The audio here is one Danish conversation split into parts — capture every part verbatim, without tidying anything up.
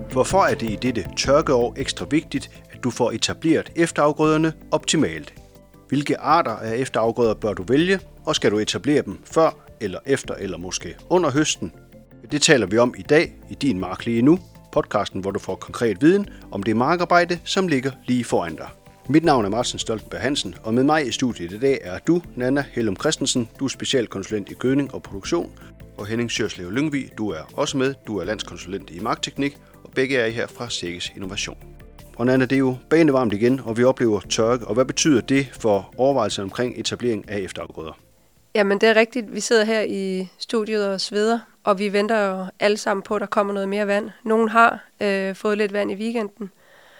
Hvorfor er det i dette tørkeår ekstra vigtigt, at du får etableret efterafgrøderne optimalt? Hvilke arter af efterafgrøder bør du vælge, og skal du etablere dem før eller efter eller måske under høsten? Det taler vi om i dag i Din Mark lige nu, podcasten, hvor du får konkret viden om det markarbejde, som ligger lige foran dig. Mit navn er Martin Stoltenberg Hansen, og med mig i studiet i dag er du, Nanna Hellum Christensen. Du er specialkonsulent i gødning og produktion, og Henning Sjørslev Lyngvig, du er også med. Du er landskonsulent i markteknik, og begge er I her fra Sækkes Innovation. Og Nanna, det er jo banevarmt igen, og vi oplever tørke, og hvad betyder det for overvejelser omkring etablering af efterafgrøder? Jamen det er rigtigt. Vi sidder her i studiet og sveder, og vi venter jo alle sammen på, at der kommer noget mere vand. Nogen har øh, fået lidt vand i weekenden,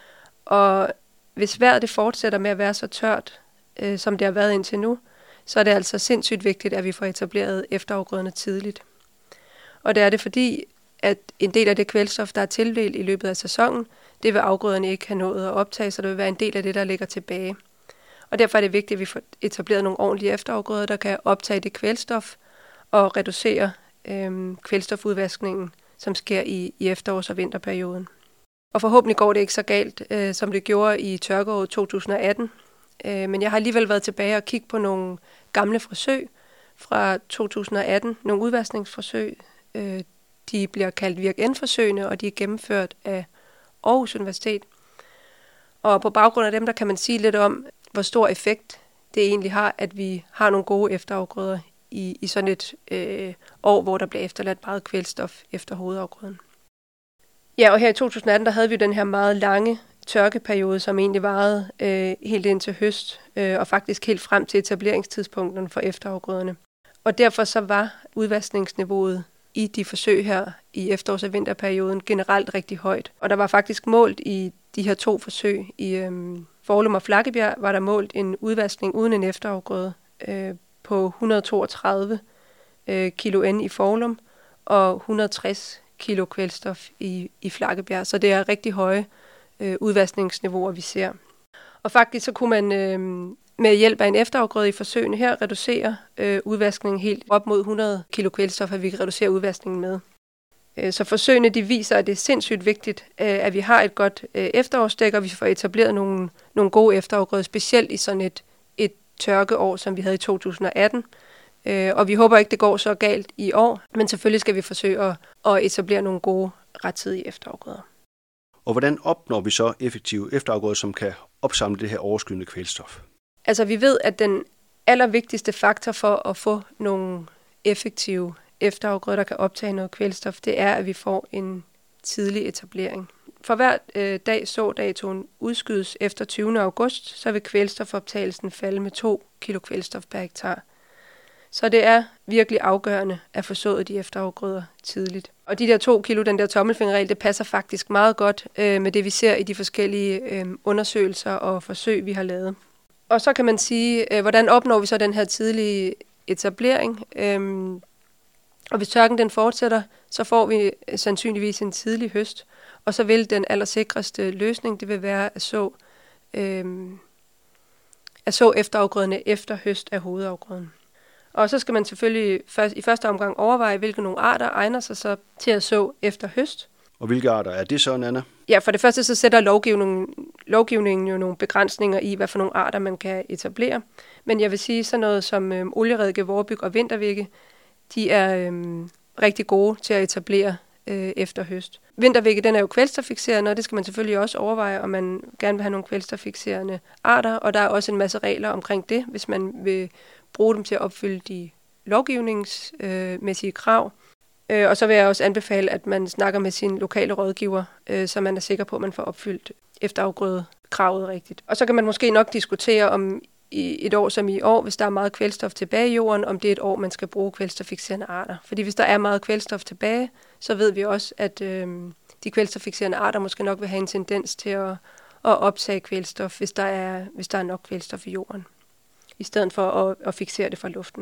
og hvis vejret det fortsætter med at være så tørt, øh, som det har været indtil nu, så er det altså sindssygt vigtigt, at vi får etableret efterafgrøderne tidligt. Og det er det fordi, at en del af det kvælstof, der er tildelt i løbet af sæsonen, det vil afgrøderne ikke have nået at optage, så det vil være en del af det, der ligger tilbage. Og derfor er det vigtigt, at vi får etableret nogle ordentlige efterafgrøder, der kan optage det kvælstof og reducere øh, kvælstofudvaskningen, som sker i, i efterårs- og vinterperioden. Og forhåbentlig går det ikke så galt, øh, som det gjorde i tørkeåret to tusind og atten. Øh, men jeg har alligevel været tilbage og kigge på nogle gamle forsøg fra to tusind og atten. Nogle udvaskningsforsøg. Øh, de bliver kaldt Virk-N-forsøgene, og de er gennemført af Aarhus Universitet. Og på baggrund af dem, der kan man sige lidt om, hvor stor effekt det egentlig har, at vi har nogle gode efterafgrøder i, i sådan et øh, år, hvor der bliver efterladt meget kvælstof efter hovedafgrøden. Ja, og her i to tusind og atten, der havde vi den her meget lange tørkeperiode, som egentlig varede øh, helt ind til høst, øh, og faktisk helt frem til etableringstidspunkterne for efterafgrøderne. Og derfor så var udvaskningsniveauet i de forsøg her i efterårs- og vinterperioden generelt rigtig højt. Og der var faktisk målt i de her to forsøg i øh, Foulum og Flakkebjerg, var der målt en udvaskning uden en efterafgrøde øh, på et hundrede og toogtredive øh, kilo N i Foulum og et hundrede og tres kilo kvælstof i, i Flakkebjerg. Så det er rigtig høje øh, udvaskningsniveauer, vi ser. Og faktisk så kunne man øh, med hjælp af en efterafgrøde i forsøgene her reducere øh, udvaskningen helt op mod hundrede kilo kvælstof, at vi kan reducere udvaskningen med. Øh, så forsøgene de viser, at det er sindssygt vigtigt, øh, at vi har et godt øh, efterårsdæk, og vi får etableret nogle, nogle gode efterafgrøder, specielt i sådan et, et tørkeår, som vi havde i to tusind og atten. Øh, og vi håber ikke, det går så galt i år, men selvfølgelig skal vi forsøge at, at etablere nogle gode rettidige efterafgrøder. Og hvordan opnår vi så effektive efterafgrøder, som kan opsamle det her overskydende kvælstof? Altså vi ved, at den allervigtigste faktor for at få nogle effektive efterafgrøder, der kan optage noget kvælstof, det er, at vi får en tidlig etablering. For hver øh, dag så datoen udskydes efter tyvende august, så vil kvælstofoptagelsen falde med to kilo kvælstof per hektar. Så det er virkelig afgørende at få sået de efterafgrøder tidligt. Og de der to kilo, den der tommelfingerregel, det passer faktisk meget godt øh, med det, vi ser i de forskellige øh, undersøgelser og forsøg, vi har lavet. Og så kan man sige, øh, hvordan opnår vi så den her tidlige etablering? Øhm, og hvis tørken den fortsætter, så får vi sandsynligvis en tidlig høst. Og så vil den allersikreste løsning, det vil være at så, øh, at så efterafgrøderne efter høst af hovedafgrøden. Og så skal man selvfølgelig først, i første omgang overveje, hvilke nogle arter egner sig så til at så efter høst. Og hvilke arter er det så, Nanna? Ja, for det første så sætter lovgivningen, lovgivningen jo nogle begrænsninger i, hvad for nogle arter man kan etablere. Men jeg vil sige, sådan noget som øhm, olieredike, vårbyg og vintervægge, de er øhm, rigtig gode til at etablere øh, efter høst. Vintervægge, den er jo kvælstoffikserende, og det skal man selvfølgelig også overveje, om man gerne vil have nogle kvælstoffikserende arter. Og der er også en masse regler omkring det, hvis man vil bruge dem til at opfylde de lovgivningsmæssige krav. Og så vil jeg også anbefale, at man snakker med sin lokale rådgiver, så man er sikker på, at man får opfyldt efterafgrødekravet rigtigt. Og så kan man måske nok diskutere om i et år som i år, hvis der er meget kvælstof tilbage i jorden, om det er et år, man skal bruge kvælstoffikserende arter. Fordi hvis der er meget kvælstof tilbage, så ved vi også, at øh, de kvælstoffikserende arter måske nok vil have en tendens til at, at optage kvælstof, hvis der, er, hvis der er nok kvælstof i jorden, i stedet for at, at fiksere det fra luften.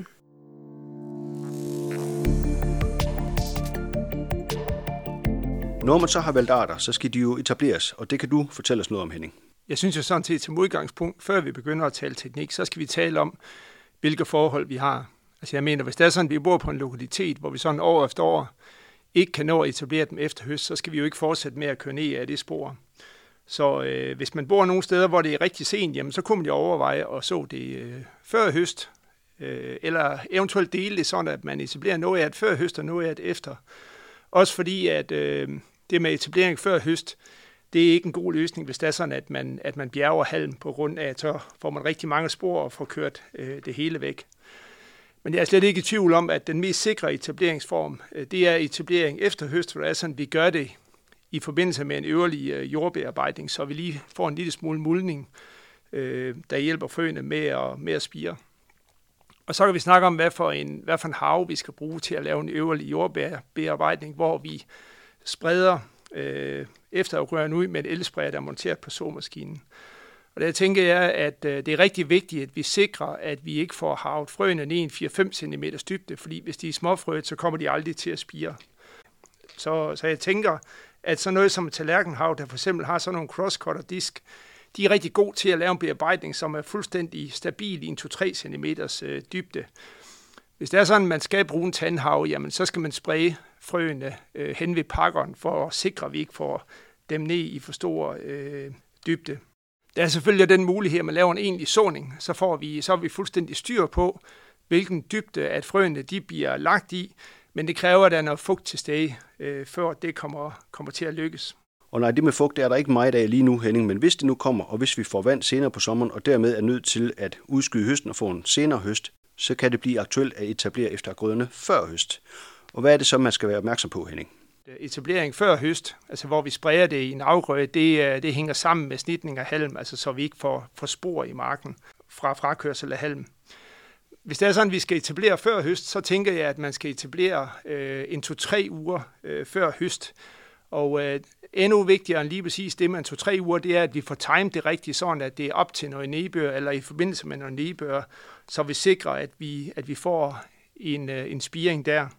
Når man så har valgt arter, så skal de jo etableres, og det kan du fortælle os noget om, Henning. Jeg synes jo sådan set som udgangspunkt, før vi begynder at tale teknik, så skal vi tale om, hvilke forhold vi har. Altså jeg mener, hvis det er sådan, at vi bor på en lokalitet, hvor vi sådan år efter år ikke kan nå at etablere dem efter høst, så skal vi jo ikke fortsætte med at køre ned af det spor. Så øh, hvis man bor nogle steder, hvor det er rigtig sent, jamen, så kunne man jo overveje at så det øh, før høst, øh, eller eventuelt dele det sådan, at man etablerer noget af det før høst og noget af det efter. Også fordi, at øh, det med etablering før høst, det er ikke en god løsning, hvis det er sådan, at man, at man bjerger halm på grund af, at så får man rigtig mange spor og får kørt øh, det hele væk. Men jeg er slet ikke i tvivl om, at den mest sikre etableringsform, øh, det er etablering efter høst, hvor det er sådan, vi gør det i forbindelse med en øverlig øh, jordbearbejdning, så vi lige får en lille smule muldning, øh, der hjælper frøene med at, med at spire. Og så kan vi snakke om, hvad for en, hvad for en hav vi skal bruge til at lave en øverlig jordbearbejdning, hvor vi spreder øh, efterafgrøderne ud med et elsprayer, der er monteret på såmaskinen. Og der tænker jeg, at øh, det er rigtig vigtigt, at vi sikrer, at vi ikke får havet frøene ned en fire til fem centimeter dybde, fordi hvis de er småfrøet, så kommer de aldrig til at spire. Så, så jeg tænker, at sådan noget som et tallerkenhav, der for eksempel har sådan nogle crosscutter disk, de er rigtig gode til at lave en bearbejdning, som er fuldstændig stabil i en to til tre centimeters øh, dybde. Hvis det er sådan, at man skal bruge en tandhav, jamen så skal man spraye frøene øh, hen ved pakkeren, for at sikre, at vi ikke får dem ned i for stor øh, dybde. Der er selvfølgelig den mulighed, at man laver en egentlig såning, så får vi, så er vi fuldstændig styr på, hvilken dybde at frøene de bliver lagt i, men det kræver, at der er noget fugt til stede, øh, før det kommer, kommer til at lykkes. Og nej, det med fugt er der ikke meget af lige nu, Henning, men hvis det nu kommer, og hvis vi får vand senere på sommeren, og dermed er nødt til at udskyde høsten og få en senere høst, så kan det blive aktuelt at etablere efterafgrøderne før høst. Og hvad er det så, man skal være opmærksom på, Henning? Etablering før høst, altså hvor vi sprayer det i en afgrøde, det, det hænger sammen med snitning af halm, altså så vi ikke får, får spor i marken fra frakørsel af halm. Hvis det er sådan, at vi skal etablere før høst, så tænker jeg, at man skal etablere øh, en to-tre uger øh, før høst. Og øh, endnu vigtigere end lige præcis det med en to-tre uger, det er, at vi får timet det rigtigt, sådan at det er op til noget nedbør, eller i forbindelse med noget nedbør, så vi sikrer, at vi, at vi får en, øh, en spiring der.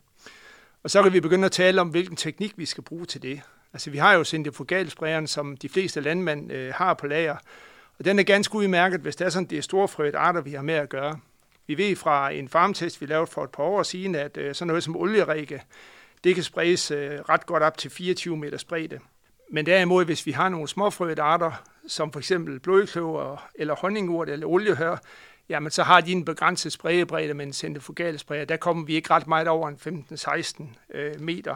Og så kan vi begynde at tale om, hvilken teknik vi skal bruge til det. Altså vi har jo centrifugalsprayeren, som de fleste landmænd øh, har på lager, og den er ganske udmærket, hvis det er sådan, det er storfrøede arter, vi har med at gøre. Vi ved fra en farmtest, vi lavede for et par år siden, at øh, sådan noget som olierikke, det kan spredes øh, ret godt op til fireogtyve meters bredde. Men derimod, hvis vi har nogle småfrøede arter, som for eksempel blodkløver eller honningurt eller oliehør, jamen så har de en begrænset spredebredde med en centrifugalsprayer. Der kommer vi ikke ret meget over en femten til seksten øh, meter.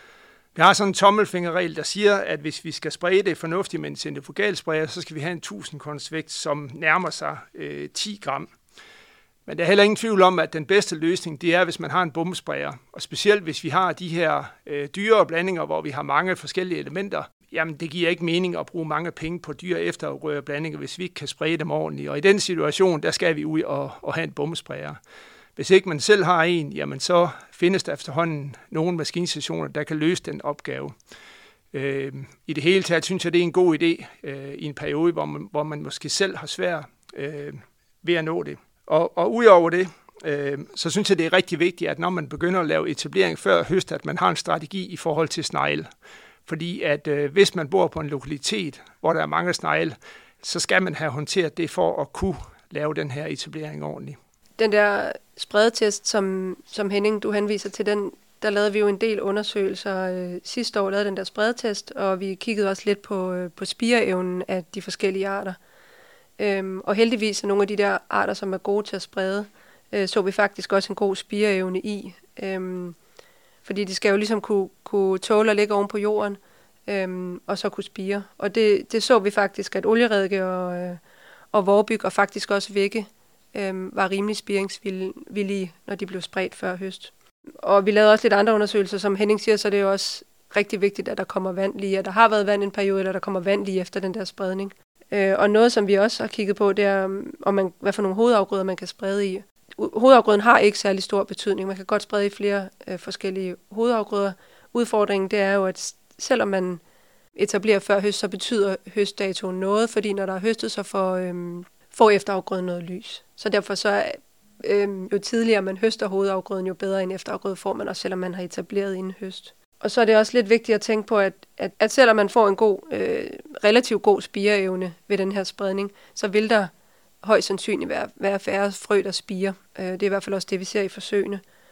Vi har sådan en tommelfingerregel, der siger, at hvis vi skal spraye det fornuftigt med en centrifugalsprayer, så skal vi have en tusind konstvægt, som nærmer sig øh, ti gram. Men der er heller ingen tvivl om, at den bedste løsning, det er, hvis man har en bombesprayer. Og specielt hvis vi har de her øh, dyre blandinger, hvor vi har mange forskellige elementer, jamen det giver ikke mening at bruge mange penge på dyre efterafgrødeblandinger, hvis vi ikke kan spraye dem ordentligt. Og i den situation, der skal vi ud og, og have en bombesprayer. Hvis ikke man selv har en, jamen så findes der efterhånden nogle maskinstationer, der kan løse den opgave. Øh, I det hele taget synes jeg, det er en god idé øh, i en periode, hvor man, hvor man måske selv har svært øh, ved at nå det. Og, og udover det, øh, så synes jeg, det er rigtig vigtigt, at når man begynder at lave etablering før høst, at man har en strategi i forhold til snegle. Fordi at øh, hvis man bor på en lokalitet, hvor der er mange snegle, så skal man have håndteret det for at kunne lave den her etablering ordentligt. Den der spredetest, som, som Henning, du henviser til, den, der lavede vi jo en del undersøgelser øh, sidste år, lavede den der spredetest, og vi kiggede også lidt på, øh, på spireevnen af de forskellige arter. Øhm, og heldigvis er nogle af de der arter, som er gode til at sprede, øh, så vi faktisk også en god spireevne i. Øhm, fordi de skal jo ligesom kunne, kunne tåle at ligge oven på jorden, øhm, og så kunne spire. Og det, det så vi faktisk, at olieredike og, øh, og vorbyg, og faktisk også vægge, øh, var rimelig spiringsvillige, når de blev spredt før høst. Og vi lavede også lidt andre undersøgelser, som Henning siger, så det er jo også rigtig vigtigt, at der kommer vand lige, at der har været vand en periode, eller der kommer vand lige efter den der spredning. Øh, og noget, som vi også har kigget på, det er, om man, hvad for nogle hovedafgrøder man kan sprede i. Hovedafgrøden har ikke særlig stor betydning. Man kan godt sprede i flere øh, forskellige hovedafgrøder. Udfordringen, det er jo, at selvom man etablerer før høst, så betyder høstdatoen noget, fordi når der er høstet, så får, øh, får efterafgrøden noget lys. Så derfor så er, øh, jo tidligere man høster hovedafgrøden, jo bedre en efterafgrøde får man, også selvom man har etableret inden høst. Og så er det også lidt vigtigt at tænke på, at, at, at selvom man får en god, øh, relativt god spireevne ved den her spredning, så vil der højst sandsynligt være, være færre frø, der spirer. Øh, det er i hvert fald også det, vi ser i forsøgene.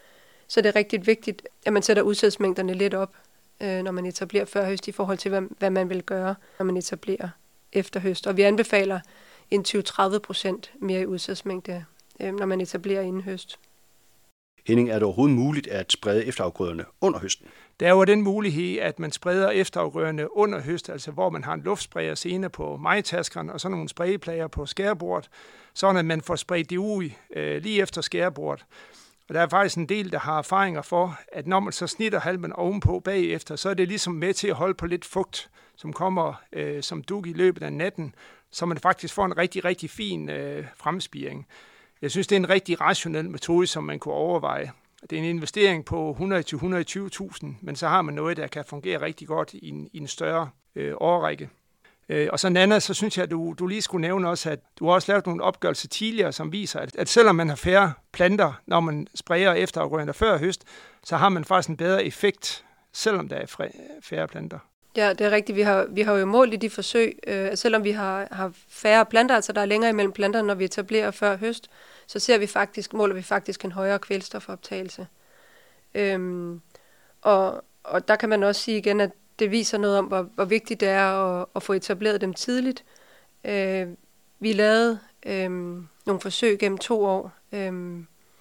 Så det er rigtig vigtigt, at man sætter udsædsmængderne lidt op, øh, når man etablerer før høst, i forhold til, hvad, hvad man vil gøre, når man etablerer efter høst. Og vi anbefaler en tyve til tredive procent mere i udsædsmængde, øh, når man etablerer inden høst. Henning, er det overhovedet muligt at sprede efterafgrøderne under høsten? Der er jo den mulighed, at man spreder efterafgrøderne under høst, altså hvor man har en luftsprayer senere på majtaskerne og så nogle sprayplager på skærebordet, sådan at man får spredt det ud øh, lige efter skærebordet. Og der er faktisk en del, der har erfaringer for, at når man så snitter halmen ovenpå bagefter, så er det ligesom med til at holde på lidt fugt, som kommer øh, som dug i løbet af natten, så man faktisk får en rigtig, rigtig fin øh, fremspiring. Jeg synes, det er en rigtig rationel metode, som man kunne overveje. Det er en investering på hundrede til hundrede og tyve tusind, men så har man noget, der kan fungere rigtig godt i en, i en større øh, årrække. Øh, og så Nanna, så synes jeg, at du, du lige skulle nævne også, at du har også lavet nogle opgørelser tidligere, som viser, at, at selvom man har færre planter, når man sprayer efterafgrøderne før høst, så har man faktisk en bedre effekt, selvom der er færre planter. Ja, det er rigtigt. Vi har, vi har jo målt i de forsøg, øh, at selvom vi har, har færre planter, altså der er længere imellem planterne, når vi etablerer før høst, så ser vi faktisk, måler vi faktisk en højere kvælstofoptagelse. Øhm, og, og der kan man også sige igen, at det viser noget om, hvor, hvor vigtigt det er at, at få etableret dem tidligt. Øh, vi lavede øh, nogle forsøg gennem to år øh,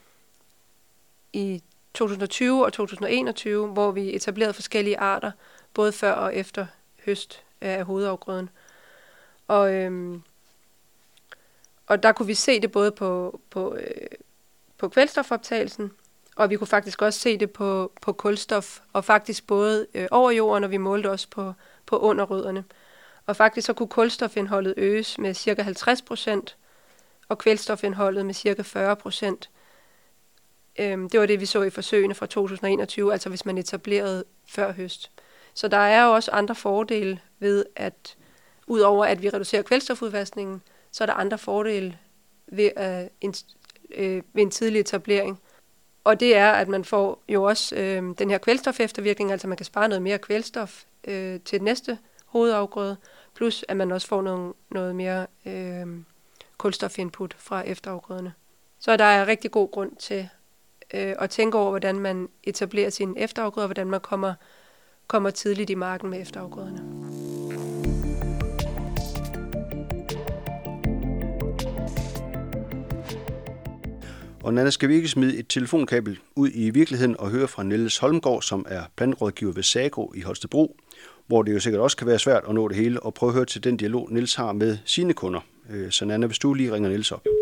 i to tusind og tyve og to tusind og enogtyve, hvor vi etablerede forskellige arter, både før og efter høst af hovedafgrøden. Og, øhm, og der kunne vi se det både på, på, øh, på kvælstofoptagelsen, og vi kunne faktisk også se det på, på kulstof, og faktisk både øh, over jorden, og vi målte også på, på underrødderne. Og faktisk så kunne kulstofindholdet øges med cirka halvtreds procent, og kvælstofindholdet med cirka fyrre procent. Øhm, det var det, vi så i forsøgene fra to tusind og enogtyve, altså hvis man etablerede før høst. Så der er jo også andre fordele ved, at udover at vi reducerer kvælstofudvaskningen, så er der andre fordele ved, uh, en, øh, ved en tidlig etablering. Og det er, at man får jo også øh, den her kvælstofeftervirkning, altså man kan spare noget mere kvælstof øh, til det næste hovedafgrøde, plus at man også får noget, noget mere øh, kulstofinput fra efterafgrøderne. Så der er rigtig god grund til øh, at tænke over, hvordan man etablerer sine efterafgrøder, hvordan man kommer kommer tidligt i marken med efterafgrøderne. Og Nanna, skal vi ikke smide et telefonkabel ud i virkeligheden og høre fra Niels Holmgaard, som er plantrådgiver ved Sagro i Holstebro, hvor det jo sikkert også kan være svært at nå det hele, og prøve at høre til den dialog, Niels har med sine kunder. Så Nanna, hvis du lige ringer Niels op.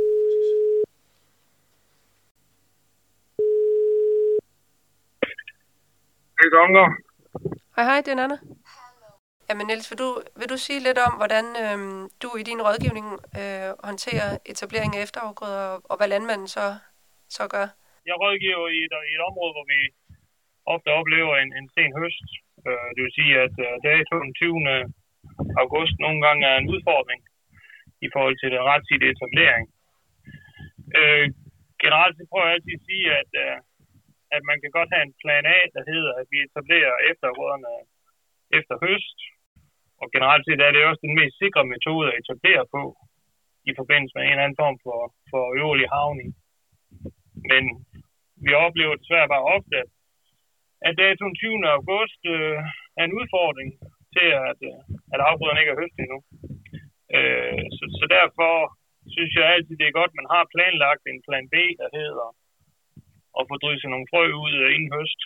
Hej, Gongo. Hej, hej, det er Nanna. Jamen Niels, vil du, vil du sige lidt om, hvordan øh, du i din rådgivning øh, håndterer etablering af efterafgrøder, og hvad landmanden så, så gør? Jeg rådgiver i et, i et område, hvor vi ofte oplever en, en sen høst. Øh, det vil sige, at øh, datoen den tyvende august nogle gange er en udfordring i forhold til den rettidige etablering. Øh, generelt så prøver jeg altid at sige, at, øh, at man kan godt have en plan A, der hedder, at vi etablerer efterafgrøderne efter høst. Og generelt set er det også den mest sikre metode at etablere på i forbindelse med en eller anden form for, for øvrig havning. Men vi oplever desværre bare ofte, at, at datoen tyvende august øh, er en udfordring til, at, at afgrøderne ikke er høstet endnu. Øh, så, så derfor synes jeg altid, det er godt, at man har planlagt en plan B, der hedder at få drysset nogle frø ud inden høst.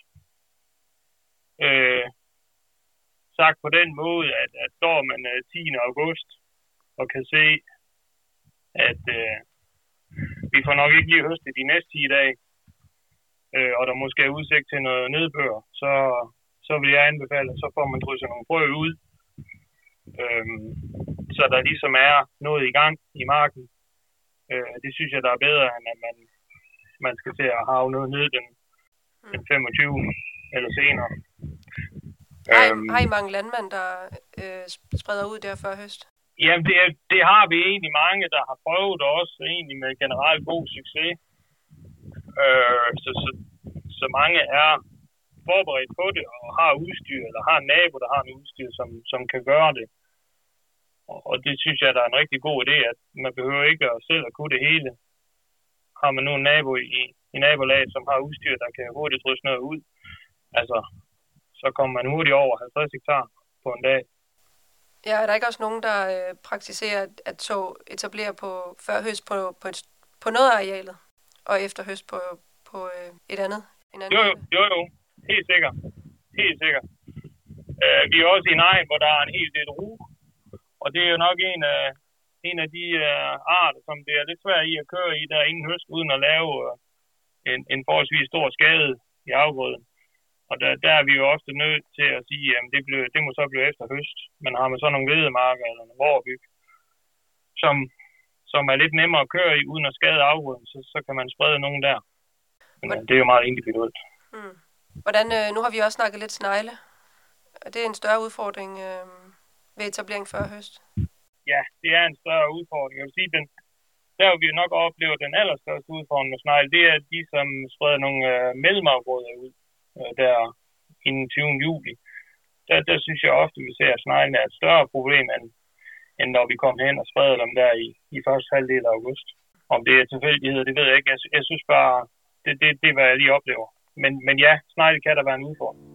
Øh, sagt på den måde, at, at står man tiende august og kan se, at øh, vi får nok ikke lige høstet de næste ti dage, øh, og der måske er udsigt til noget nedbør, så, så vil jeg anbefale, at så får man drysset nogle frø ud, øh, så der ligesom er noget i gang i marken. Øh, det synes jeg, der er bedre, end at man, man skal til at have noget ned den, den femogtyvende eller senere. Har I, Øhm, har I mange landmænd, der øh, spreder ud der før høst? Jamen, det, det har vi egentlig mange, der har prøvet også, egentlig med generelt god succes. Øh, så, så, så mange er forberedt på det, og har udstyr, eller har en nabo, der har en udstyr, som, som kan gøre det. Og, og det synes jeg, der er en rigtig god idé, at man behøver ikke at selv at kunne det hele. Har man nu en nabo i, i nabolaget, som har udstyr, der kan hurtigt ryste noget ud, altså, så kommer man hurtigt over halvtreds hektar på en dag. Ja, er der ikke også nogen, der øh, praktiserer, at så etablerer på før høst på, på, et, på noget af arealet, og efter høst på, på øh, et andet? En anden jo, jo, jo, jo, helt sikkert. Helt sikkert. Uh, vi er også i en egen, hvor der er en helt del ru, og det er jo nok en af, en af de uh, arter, som det er lidt svært i at køre i, der er ingen høst, uden at lave uh, en, en forholdsvis stor skade i afgrøden. Og der, der er vi jo ofte nødt til at sige, at det, blev, det må så blive efter høst. Men har man så nogle hvedemarker eller nogle vårbyg, som, som er lidt nemmere at køre i, uden at skade afgrøden, så, så kan man sprede nogen der. Men Hvordan? Det er jo meget individuelt. Hmm. Hvordan, øh, nu har vi også snakket lidt snegle. Det er en større udfordring øh, ved etablering før høst. Ja, det er en større udfordring. Jeg vil sige, den, der vil vi nok opleve den allerstørste udfordring med snegle, det er de, som spreder nogle øh, mellemafgrøder ud. Der inden tyvende juli, der, der synes jeg ofte, at vi ser, at sneglene er et større problem, end, end når vi kommer hen og spreder dem der i, i første halvdel af august. Om det er tilfældigheder, det ved jeg ikke. Jeg, jeg synes bare, det, det, det er, hvad jeg lige oplever. Men, men ja, snegle kan der være en udfordring.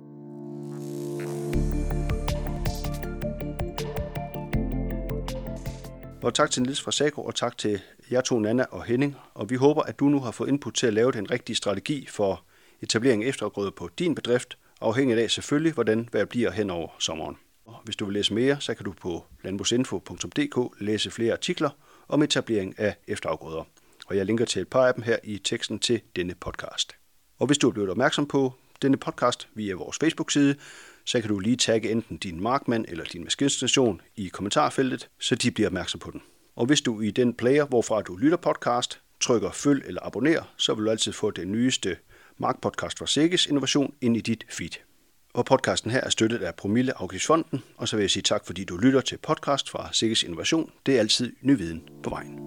Og tak til Niels fra Sagro, og tak til jer to, Nanna og Henning. Og vi håber, at du nu har fået input til at lave den rigtige strategi for etablering af efterafgrøder på din bedrift, afhængig af selvfølgelig, hvordan vejret bliver hen over sommeren. Og hvis du vil læse mere, så kan du på landbrugsinfo punktum d k læse flere artikler om etablering af efterafgrøder. Og jeg linker til et par af dem her i teksten til denne podcast. Og hvis du er blevet opmærksom på denne podcast via vores Facebook-side, så kan du lige tagge enten din markmand eller din maskinstation i kommentarfeltet, så de bliver opmærksom på den. Og hvis du i den player, hvorfra du lytter podcast, trykker følg eller abonner, så vil du altid få det nyeste markpodcast fra Sikkes Innovation ind i dit feed. Og podcasten her er støttet af Promille Afgiftsfonden, og så vil jeg sige tak, fordi du lytter til podcast fra Sikkes Innovation. Det er altid ny viden på vejen.